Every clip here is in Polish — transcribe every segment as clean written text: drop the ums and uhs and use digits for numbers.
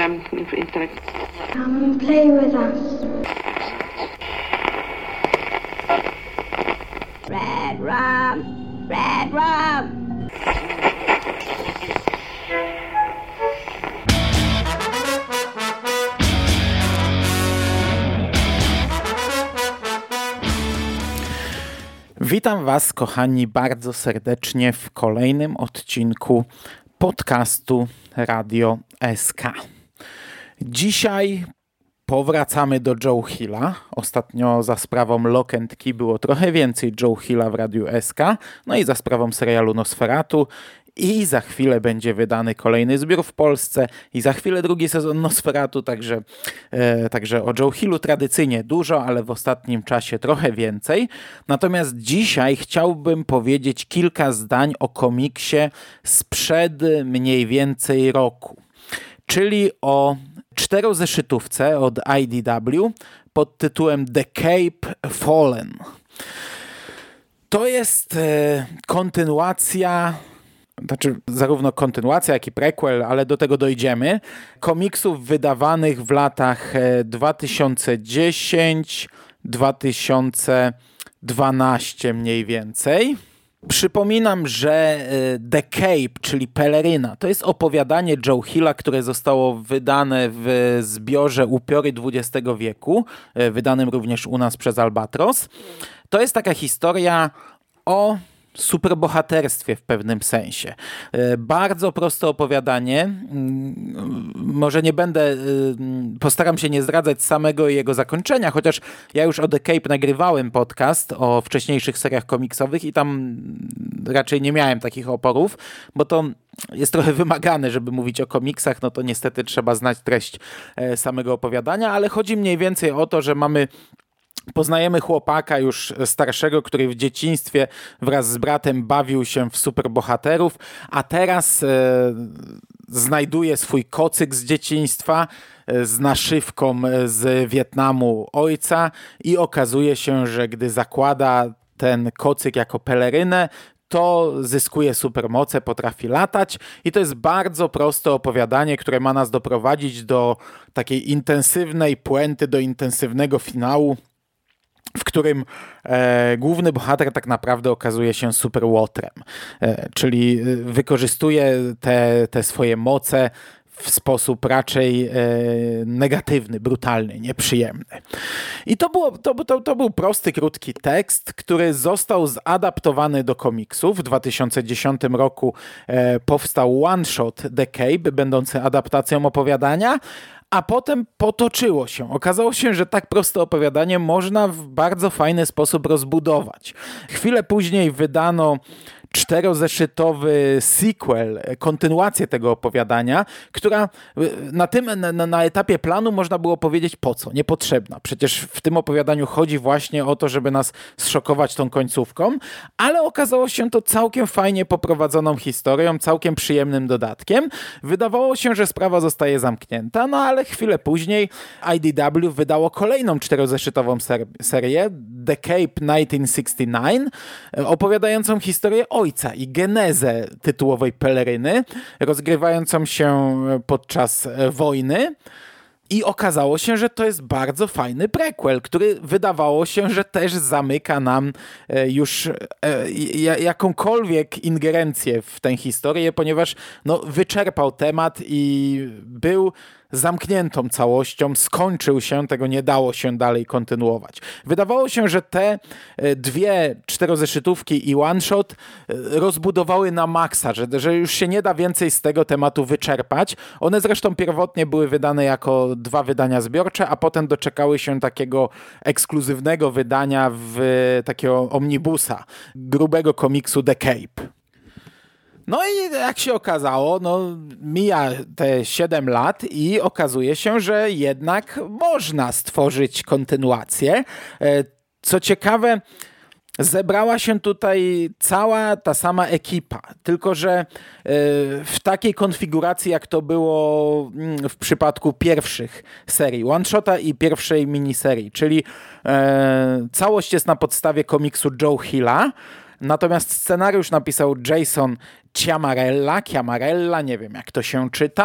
Come and play with us. Red rum, red rum. Witam Was, kochani, bardzo serdecznie w kolejnym odcinku podcastu Radio SK. Dzisiaj powracamy do Joe Hilla. Ostatnio za sprawą Lock and Key było trochę więcej Joe Hilla w Radiu SK, no i za sprawą serialu Nosferatu. I za chwilę będzie wydany kolejny zbiór w Polsce i za chwilę drugi sezon Nosferatu, także o Joe Hillu tradycyjnie dużo, ale w ostatnim czasie trochę więcej. Natomiast dzisiaj chciałbym powiedzieć kilka zdań o komiksie sprzed mniej więcej roku, czyli o czterozeszytówce od IDW pod tytułem The Cape Fallen. To jest kontynuacja, zarówno kontynuacja, jak i prequel, ale do tego dojdziemy, komiksów wydawanych w latach 2010-2012 mniej więcej. Przypominam, że The Cape, czyli Peleryna, to jest opowiadanie Joe Hilla, które zostało wydane w zbiorze Upiory XX wieku, wydanym również u nas przez Albatros. To jest taka historia o superbohaterstwie w pewnym sensie. Bardzo proste opowiadanie. Może nie będę, postaram się nie zdradzać samego jego zakończenia, chociaż ja już o The Cape nagrywałem podcast o wcześniejszych seriach komiksowych i tam raczej nie miałem takich oporów, bo to jest trochę wymagane, żeby mówić o komiksach, no to niestety trzeba znać treść samego opowiadania, ale chodzi mniej więcej o to, że poznajemy chłopaka już starszego, który w dzieciństwie wraz z bratem bawił się w superbohaterów, a teraz znajduje swój kocyk z dzieciństwa z naszywką z Wietnamu ojca i okazuje się, że gdy zakłada ten kocyk jako pelerynę, to zyskuje supermoce, potrafi latać i to jest bardzo proste opowiadanie, które ma nas doprowadzić do takiej intensywnej puenty, do intensywnego finału, w którym główny bohater tak naprawdę okazuje się superłotrem, czyli wykorzystuje te swoje moce w sposób raczej negatywny, brutalny, nieprzyjemny. I to był prosty, krótki tekst, który został zadaptowany do komiksu. W 2010 roku powstał one-shot The Cape, będący adaptacją opowiadania, a potem potoczyło się. Okazało się, że tak proste opowiadanie można w bardzo fajny sposób rozbudować. Chwilę później wydano czterozeszytowy sequel, kontynuację tego opowiadania, która na etapie planu można było powiedzieć po co, niepotrzebna. Przecież w tym opowiadaniu chodzi właśnie o to, żeby nas zszokować tą końcówką, ale okazało się to całkiem fajnie poprowadzoną historią, całkiem przyjemnym dodatkiem. Wydawało się, że sprawa zostaje zamknięta, no ale chwilę później IDW wydało kolejną czterozeszytową serię The Cape 1969, opowiadającą historię ojca i genezę tytułowej peleryny, rozgrywającą się podczas wojny. I okazało się, że to jest bardzo fajny prequel, który wydawało się, że też zamyka nam już jakąkolwiek ingerencję w tę historię, ponieważ wyczerpał temat i był zamkniętą całością, skończył się, tego nie dało się dalej kontynuować. Wydawało się, że te dwie czterozeszytówki i one-shot rozbudowały na maksa, że już się nie da więcej z tego tematu wyczerpać. One zresztą pierwotnie były wydane jako 2 wydania zbiorcze, a potem doczekały się takiego ekskluzywnego wydania w takiego omnibusa, grubego komiksu The Cape. No i jak się okazało, mija te 7 lat i okazuje się, że jednak można stworzyć kontynuację. Co ciekawe, zebrała się tutaj cała ta sama ekipa, tylko że w takiej konfiguracji, jak to było w przypadku pierwszych serii one-shota i pierwszej miniserii, czyli całość jest na podstawie komiksu Joe Hilla, natomiast scenariusz napisał Jason Chiamarella, nie wiem jak to się czyta.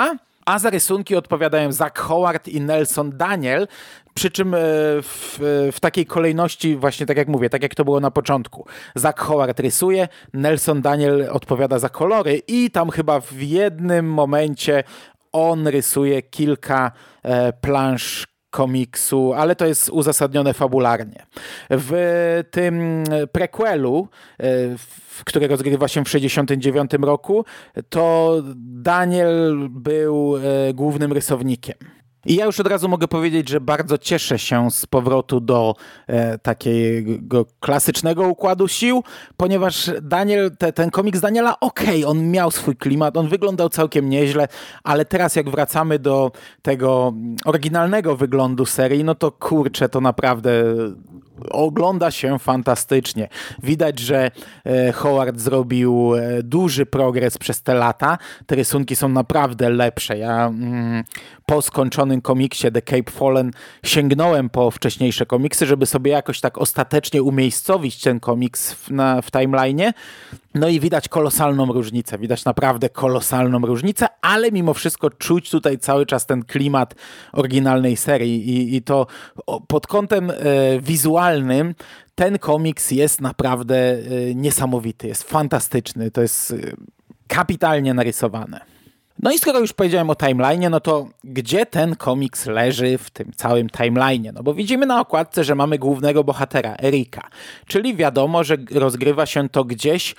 a za rysunki odpowiadają Zach Howard i Nelson Daniel, przy czym w takiej kolejności, właśnie tak jak mówię, tak jak to było na początku. Zach Howard rysuje, Nelson Daniel odpowiada za kolory i tam chyba w jednym momencie on rysuje kilka plansz komiksu, ale to jest uzasadnione fabularnie. W tym prequelu, który rozgrywa się w 1969 roku, to Daniel był głównym rysownikiem. I ja już od razu mogę powiedzieć, że bardzo cieszę się z powrotu do takiego klasycznego układu sił, ponieważ ten komiks Daniela, on miał swój klimat, on wyglądał całkiem nieźle, ale teraz jak wracamy do tego oryginalnego wyglądu serii, no to kurczę, to naprawdę ogląda się fantastycznie. Widać, że Howard zrobił duży progres przez te lata. Te rysunki są naprawdę lepsze. Ja po skończonym komiksie The Cape Fallen sięgnąłem po wcześniejsze komiksy, żeby sobie jakoś tak ostatecznie umiejscowić ten komiks w timeline'ie. No i widać kolosalną różnicę, widać naprawdę kolosalną różnicę, ale mimo wszystko czuć tutaj cały czas ten klimat oryginalnej serii i to pod kątem wizualnym ten komiks jest naprawdę niesamowity, jest fantastyczny, to jest kapitalnie narysowane. No i skoro już powiedziałem o timeline'ie, no to gdzie ten komiks leży w tym całym timeline'ie? No bo widzimy na okładce, że mamy głównego bohatera, Erika, czyli wiadomo, że rozgrywa się to gdzieś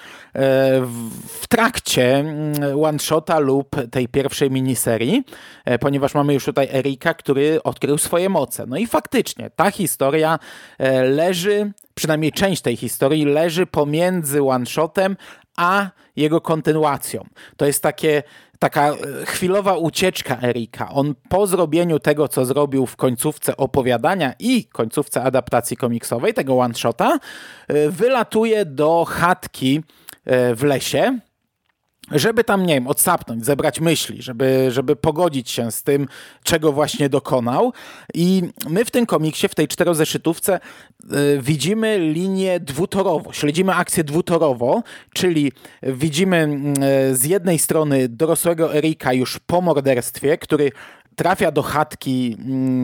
w trakcie one-shota lub tej pierwszej miniserii, ponieważ mamy już tutaj Erika, który odkrył swoje moce. No i faktycznie ta historia leży, przynajmniej część tej historii leży pomiędzy one-shotem a jego kontynuacją. To jest taka chwilowa ucieczka Erika. On po zrobieniu tego, co zrobił w końcówce opowiadania i końcówce adaptacji komiksowej, tego one-shota, wylatuje do chatki w lesie, żeby tam, nie wiem, odsapnąć, zebrać myśli, żeby pogodzić się z tym, czego właśnie dokonał. I my w tym komiksie, w tej czterozeszytówce widzimy linię dwutorowo, śledzimy akcję dwutorowo, czyli widzimy z jednej strony dorosłego Erika już po morderstwie, który trafia do chatki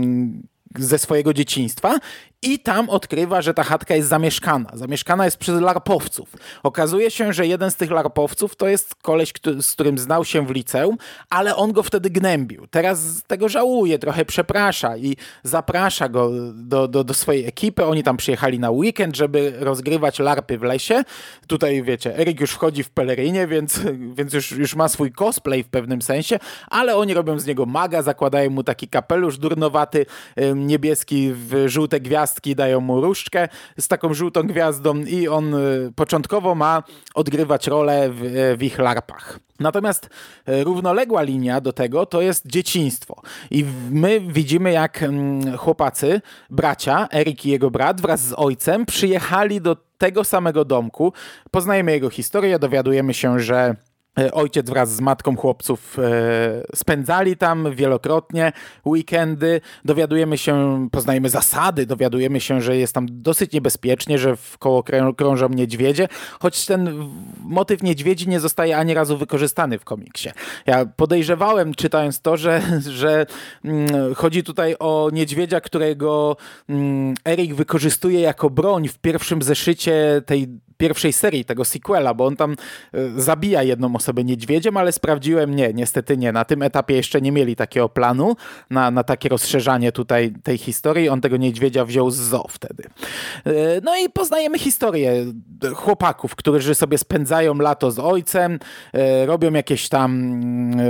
ze swojego dzieciństwa i tam odkrywa, że ta chatka jest zamieszkana. Zamieszkana jest przez larpowców. Okazuje się, że jeden z tych larpowców to jest koleś, z którym znał się w liceum, ale on go wtedy gnębił. Teraz tego żałuje, trochę przeprasza i zaprasza go do swojej ekipy. Oni tam przyjechali na weekend, żeby rozgrywać larpy w lesie. Tutaj, wiecie, Erik już wchodzi w pelerynie, więc już ma swój cosplay w pewnym sensie, ale oni robią z niego maga, zakładają mu taki kapelusz durnowaty, niebieski w żółte gwiazdki, dają mu różdżkę z taką żółtą gwiazdą i on początkowo ma odgrywać rolę w ich larpach. Natomiast równoległa linia do tego to jest dzieciństwo. I my widzimy, jak chłopacy, bracia, Erik i jego brat wraz z ojcem przyjechali do tego samego domku. Poznajemy jego historię, dowiadujemy się, że ojciec wraz z matką chłopców spędzali tam wielokrotnie weekendy. Dowiadujemy się, poznajemy zasady, dowiadujemy się, że jest tam dosyć niebezpiecznie, że wkoło krążą niedźwiedzie, choć ten motyw niedźwiedzi nie zostaje ani razu wykorzystany w komiksie. Ja podejrzewałem, czytając to, że chodzi tutaj o niedźwiedzia, którego Erik wykorzystuje jako broń w pierwszym zeszycie tej pierwszej serii, tego sequela, bo on tam zabija jedną osobę niedźwiedziem, ale sprawdziłem, niestety nie. Na tym etapie jeszcze nie mieli takiego planu na takie rozszerzanie tutaj tej historii. On tego niedźwiedzia wziął z zoo wtedy. No i poznajemy historię chłopaków, którzy sobie spędzają lato z ojcem, robią jakieś tam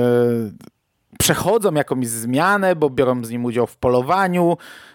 przechodzą jakąś zmianę, bo biorą z nim udział w polowaniu,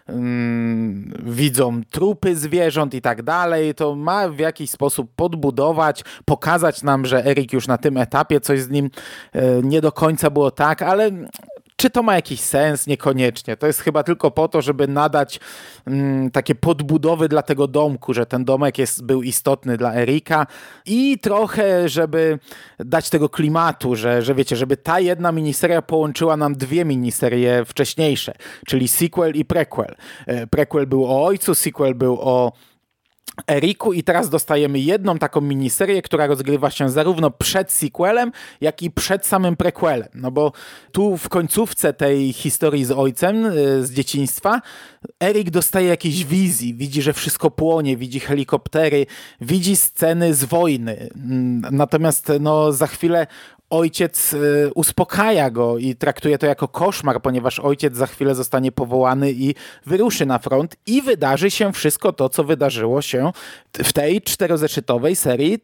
widzą trupy zwierząt i tak dalej. To ma w jakiś sposób podbudować, pokazać nam, że Erik już na tym etapie coś z nim nie do końca było tak, ale czy to ma jakiś sens? Niekoniecznie. To jest chyba tylko po to, żeby nadać takie podbudowy dla tego domku, że ten domek był istotny dla Erika i trochę, żeby dać tego klimatu, że wiecie, żeby ta jedna miniseria połączyła nam dwie miniserie wcześniejsze, czyli sequel i prequel. Prequel był o ojcu, sequel był o Eriku i teraz dostajemy jedną taką miniserię, która rozgrywa się zarówno przed sequelem, jak i przed samym prequelem. No bo tu w końcówce tej historii z ojcem z dzieciństwa Erik dostaje jakiejś wizji, widzi, że wszystko płonie, widzi helikoptery, widzi sceny z wojny. Natomiast no, za chwilę ojciec uspokaja go i traktuje to jako koszmar, ponieważ ojciec za chwilę zostanie powołany i wyruszy na front i wydarzy się wszystko to, co wydarzyło się w tej czterozeszytowej serii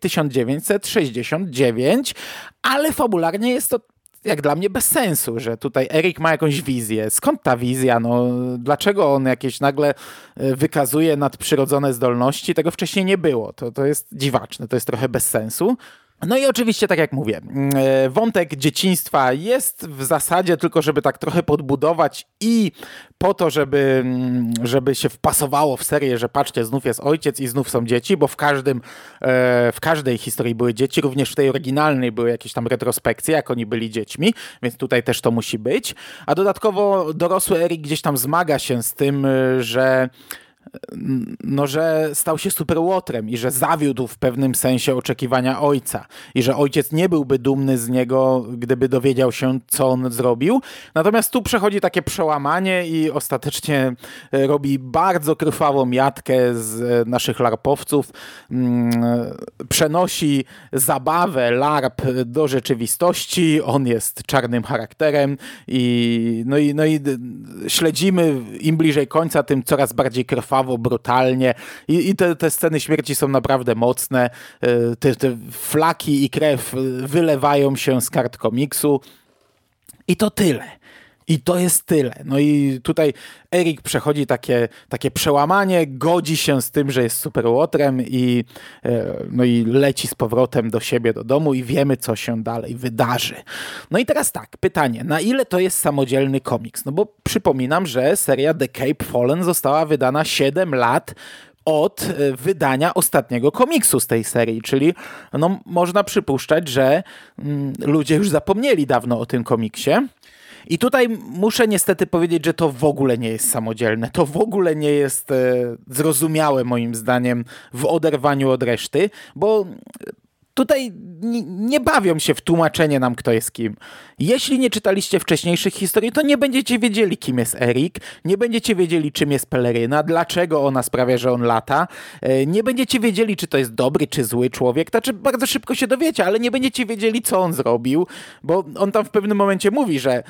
1969, ale fabularnie jest to jak dla mnie bez sensu, że tutaj Erik ma jakąś wizję. Skąd ta wizja? No, dlaczego on jakieś nagle wykazuje nadprzyrodzone zdolności? Tego wcześniej nie było. To jest dziwaczne, to jest trochę bez sensu. No i oczywiście, tak jak mówię, wątek dzieciństwa jest w zasadzie tylko, żeby tak trochę podbudować i po to, żeby się wpasowało w serię, że patrzcie, znów jest ojciec i znów są dzieci, bo w każdej historii były dzieci, również w tej oryginalnej były jakieś tam retrospekcje, jak oni byli dziećmi, więc tutaj też to musi być. A dodatkowo dorosły Erik gdzieś tam zmaga się z tym, że stał się superłotrem i że zawiódł w pewnym sensie oczekiwania ojca i że ojciec nie byłby dumny z niego, gdyby dowiedział się, co on zrobił. Natomiast tu przechodzi takie przełamanie i ostatecznie robi bardzo krwawą jatkę z naszych larpowców. Przenosi zabawę larp do rzeczywistości. On jest czarnym charakterem i śledzimy im bliżej końca, tym coraz bardziej krwawo, brutalnie i te sceny śmierci są naprawdę mocne. Te flaki i krew wylewają się z kart komiksu i to tyle. I to jest tyle. No i tutaj Erik przechodzi takie przełamanie, godzi się z tym, że jest superłotrem i leci z powrotem do siebie, do domu i wiemy, co się dalej wydarzy. No i teraz tak, pytanie, na ile to jest samodzielny komiks? No bo przypominam, że seria The Cape Fallen została wydana 7 lat od wydania ostatniego komiksu z tej serii, czyli można przypuszczać, że ludzie już zapomnieli dawno o tym komiksie. I tutaj muszę niestety powiedzieć, że to w ogóle nie jest samodzielne. To w ogóle nie jest zrozumiałe moim zdaniem w oderwaniu od reszty, bo tutaj nie bawią się w tłumaczenie nam, kto jest kim. Jeśli nie czytaliście wcześniejszych historii, to nie będziecie wiedzieli, kim jest Erik, nie będziecie wiedzieli, czym jest peleryna, dlaczego ona sprawia, że on lata, nie będziecie wiedzieli, czy to jest dobry, czy zły człowiek, znaczy bardzo szybko się dowiecie, ale nie będziecie wiedzieli, co on zrobił, bo on tam w pewnym momencie mówi, że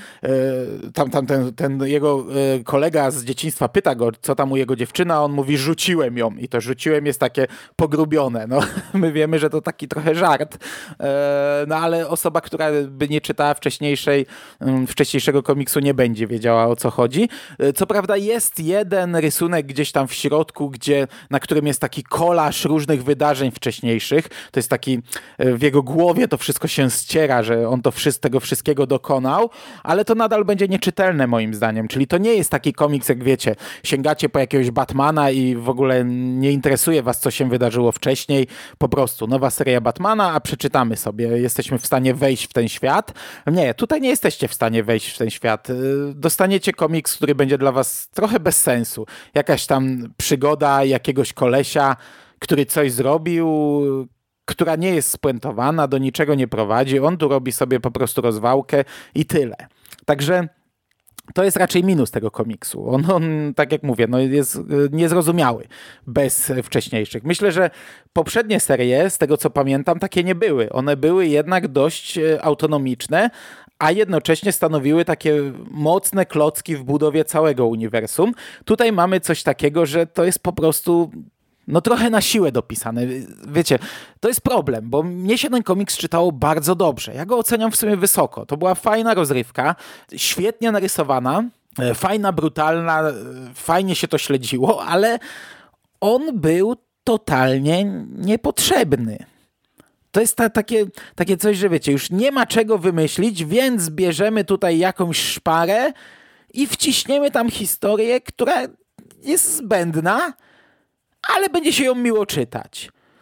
ten jego kolega z dzieciństwa pyta go, co tam u jego dziewczyna, a on mówi, rzuciłem ją i to rzuciłem jest takie pogrubione. No, my wiemy, że to taki trochę żart, no ale osoba, która by nie czytała wcześniejszego komiksu, nie będzie wiedziała, o co chodzi. Co prawda jest jeden rysunek gdzieś tam w środku, na którym jest taki kolaż różnych wydarzeń wcześniejszych. To jest taki, w jego głowie to wszystko się ściera, że on tego wszystkiego dokonał, ale to nadal będzie nieczytelne moim zdaniem. Czyli to nie jest taki komiks, jak wiecie, sięgacie po jakiegoś Batmana i w ogóle nie interesuje was, co się wydarzyło wcześniej. Po prostu nowa seria Batmana, a przeczytamy sobie. Jesteśmy w stanie wejść w ten świat. Nie, tutaj nie jesteście w stanie wejść w ten świat. Dostaniecie komiks, który będzie dla was trochę bez sensu. Jakaś tam przygoda jakiegoś kolesia, który coś zrobił, która nie jest spuentowana, do niczego nie prowadzi. On tu robi sobie po prostu rozwałkę i tyle. Także to jest raczej minus tego komiksu. On tak jak mówię, jest niezrozumiały bez wcześniejszych. Myślę, że poprzednie serie, z tego co pamiętam, takie nie były. One były jednak dość autonomiczne, a jednocześnie stanowiły takie mocne klocki w budowie całego uniwersum. Tutaj mamy coś takiego, że to jest po prostu trochę na siłę dopisane. Wiecie, to jest problem, bo mnie się ten komiks czytało bardzo dobrze. Ja go oceniam w sumie wysoko. To była fajna rozrywka, świetnie narysowana, fajna, brutalna, fajnie się to śledziło, ale on był totalnie niepotrzebny. To jest takie coś, że wiecie, już nie ma czego wymyślić, więc bierzemy tutaj jakąś szparę i wciśniemy tam historię, która jest zbędna, ale będzie się ją miło czytać.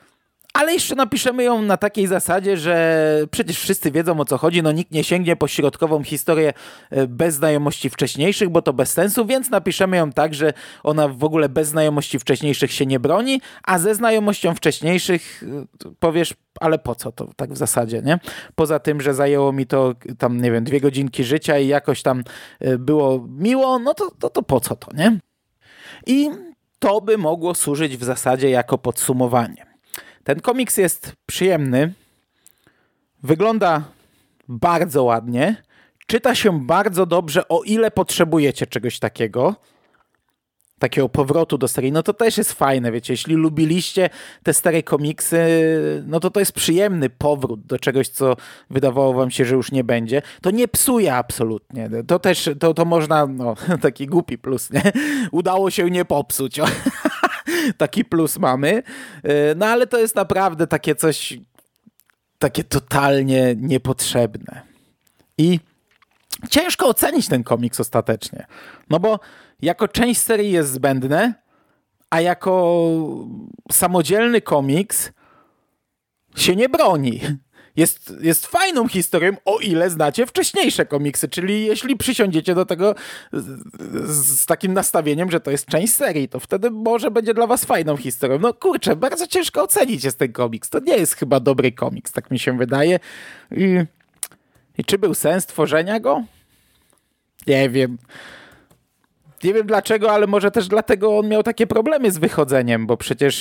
Ale jeszcze napiszemy ją na takiej zasadzie, że przecież wszyscy wiedzą, o co chodzi, no nikt nie sięgnie po środkową historię bez znajomości wcześniejszych, bo to bez sensu, więc napiszemy ją tak, że ona w ogóle bez znajomości wcześniejszych się nie broni, a ze znajomością wcześniejszych powiesz, ale po co to tak w zasadzie, nie? Poza tym, że zajęło mi to tam, nie wiem, 2 godzinki życia i jakoś tam było miło, no to po co to, nie? I to by mogło służyć w zasadzie jako podsumowanie. Ten komiks jest przyjemny, wygląda bardzo ładnie, czyta się bardzo dobrze, o ile potrzebujecie czegoś takiego powrotu do serii, no to też jest fajne, wiecie, jeśli lubiliście te stare komiksy, no to jest przyjemny powrót do czegoś, co wydawało wam się, że już nie będzie. To nie psuje absolutnie, to też, to można, no, taki głupi plus, nie? Udało się nie popsuć, taki plus mamy, no ale to jest naprawdę takie coś, takie totalnie niepotrzebne. I ciężko ocenić ten komiks ostatecznie, no bo jako część serii jest zbędne, a jako samodzielny komiks się nie broni. Jest fajną historią, o ile znacie wcześniejsze komiksy, czyli jeśli przysiądziecie do tego z takim nastawieniem, że to jest część serii, to wtedy może będzie dla was fajną historią. No kurczę, bardzo ciężko ocenić jest ten komiks. To nie jest chyba dobry komiks, tak mi się wydaje. I czy był sens tworzenia go? Nie wiem. Nie wiem dlaczego, ale może też dlatego on miał takie problemy z wychodzeniem, bo przecież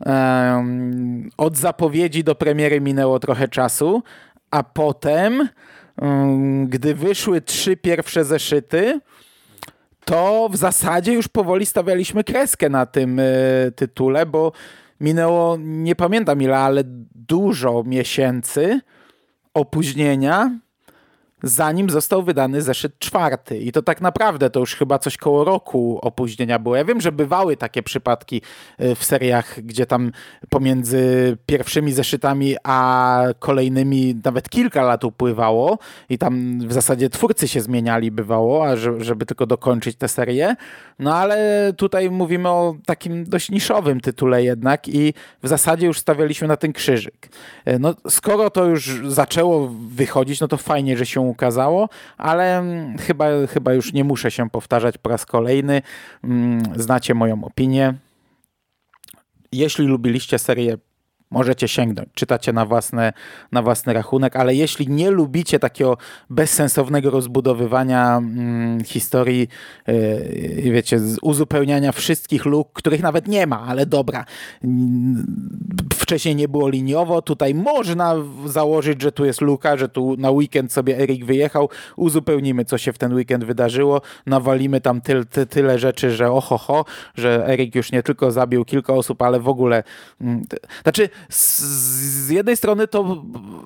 od zapowiedzi do premiery minęło trochę czasu, a potem, gdy wyszły 3 pierwsze zeszyty, to w zasadzie już powoli stawialiśmy kreskę na tym tytule, bo minęło, nie pamiętam ile, ale dużo miesięcy opóźnienia, zanim został wydany zeszyt 4. I to tak naprawdę to już chyba coś koło roku opóźnienia było. Ja wiem, że bywały takie przypadki w seriach, gdzie tam pomiędzy pierwszymi zeszytami a kolejnymi nawet kilka lat upływało i tam w zasadzie twórcy się zmieniali bywało, a żeby tylko dokończyć tę serię. No ale tutaj mówimy o takim dość niszowym tytule jednak i w zasadzie już stawialiśmy na ten krzyżyk. No skoro to już zaczęło wychodzić, no to fajnie, że się ukazało, ale chyba już nie muszę się powtarzać po raz kolejny. Znacie moją opinię. Jeśli lubiliście serię, możecie sięgnąć, czytacie na własny rachunek, ale jeśli nie lubicie takiego bezsensownego rozbudowywania historii, wiecie, uzupełniania wszystkich luk, których nawet nie ma, ale dobra, wcześniej nie było liniowo, tutaj można założyć, że tu jest luka, że tu na weekend sobie Erik wyjechał, uzupełnimy, co się w ten weekend wydarzyło, nawalimy tam tyle rzeczy, że ohoho, że Erik już nie tylko zabił kilka osób, ale w ogóle, znaczy z jednej strony to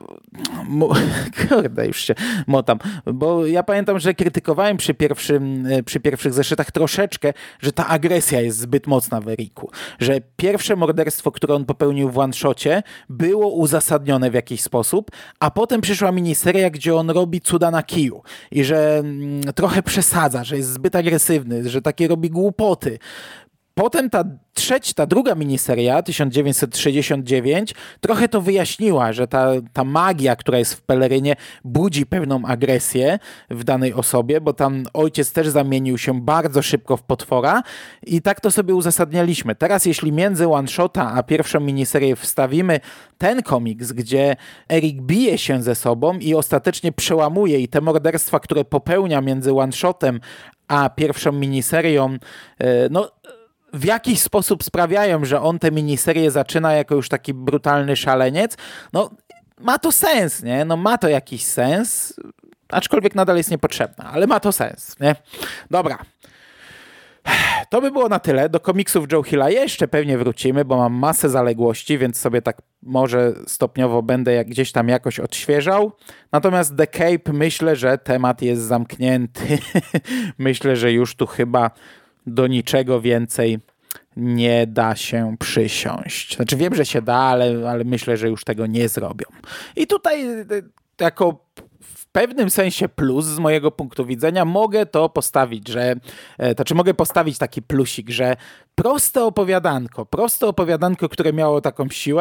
kurde, już się motam, bo ja pamiętam, że krytykowałem przy pierwszych zeszytach troszeczkę, że ta agresja jest zbyt mocna w Eriku, że pierwsze morderstwo, które on popełnił w one-shocie, było uzasadnione w jakiś sposób, a potem przyszła miniseria, gdzie on robi cuda na kiju i że trochę przesadza, że jest zbyt agresywny, że takie robi głupoty. Potem ta druga miniseria, 1969, trochę to wyjaśniła, że ta magia, która jest w pelerynie, budzi pewną agresję w danej osobie, bo tam ojciec też zamienił się bardzo szybko w potwora i tak to sobie uzasadnialiśmy. Teraz jeśli między one-shota a pierwszą miniserię wstawimy ten komiks, gdzie Erik bije się ze sobą i ostatecznie przełamuje i te morderstwa, które popełnia między one-shotem a pierwszą miniserią, no w jakiś sposób sprawiają, że on tę miniserię zaczyna jako już taki brutalny szaleniec, no ma to sens, nie? No ma to jakiś sens, aczkolwiek nadal jest niepotrzebna, ale ma to sens, nie? Dobra. To by było na tyle. Do komiksów Joe Hilla jeszcze pewnie wrócimy, bo mam masę zaległości, więc sobie tak może stopniowo będę gdzieś tam jakoś odświeżał. Natomiast The Cape, myślę, że temat jest zamknięty. Myślę, że już tu chyba do niczego więcej nie da się przysiąść. Znaczy wiem, że się da, ale myślę, że już tego nie zrobią. I tutaj jako w pewnym sensie plus z mojego punktu widzenia mogę to postawić, mogę postawić taki plusik, że proste opowiadanko, które miało taką siłę,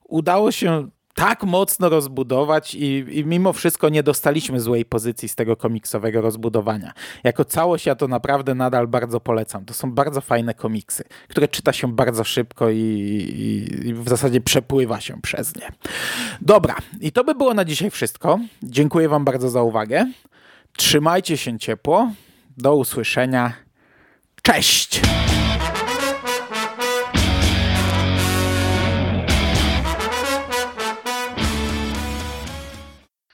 udało się tak mocno rozbudować i mimo wszystko nie dostaliśmy złej pozycji z tego komiksowego rozbudowania. Jako całość ja to naprawdę nadal bardzo polecam. To są bardzo fajne komiksy, które czyta się bardzo szybko i w zasadzie przepływa się przez nie. Dobra, i to by było na dzisiaj wszystko. Dziękuję wam bardzo za uwagę. Trzymajcie się ciepło. Do usłyszenia. Cześć!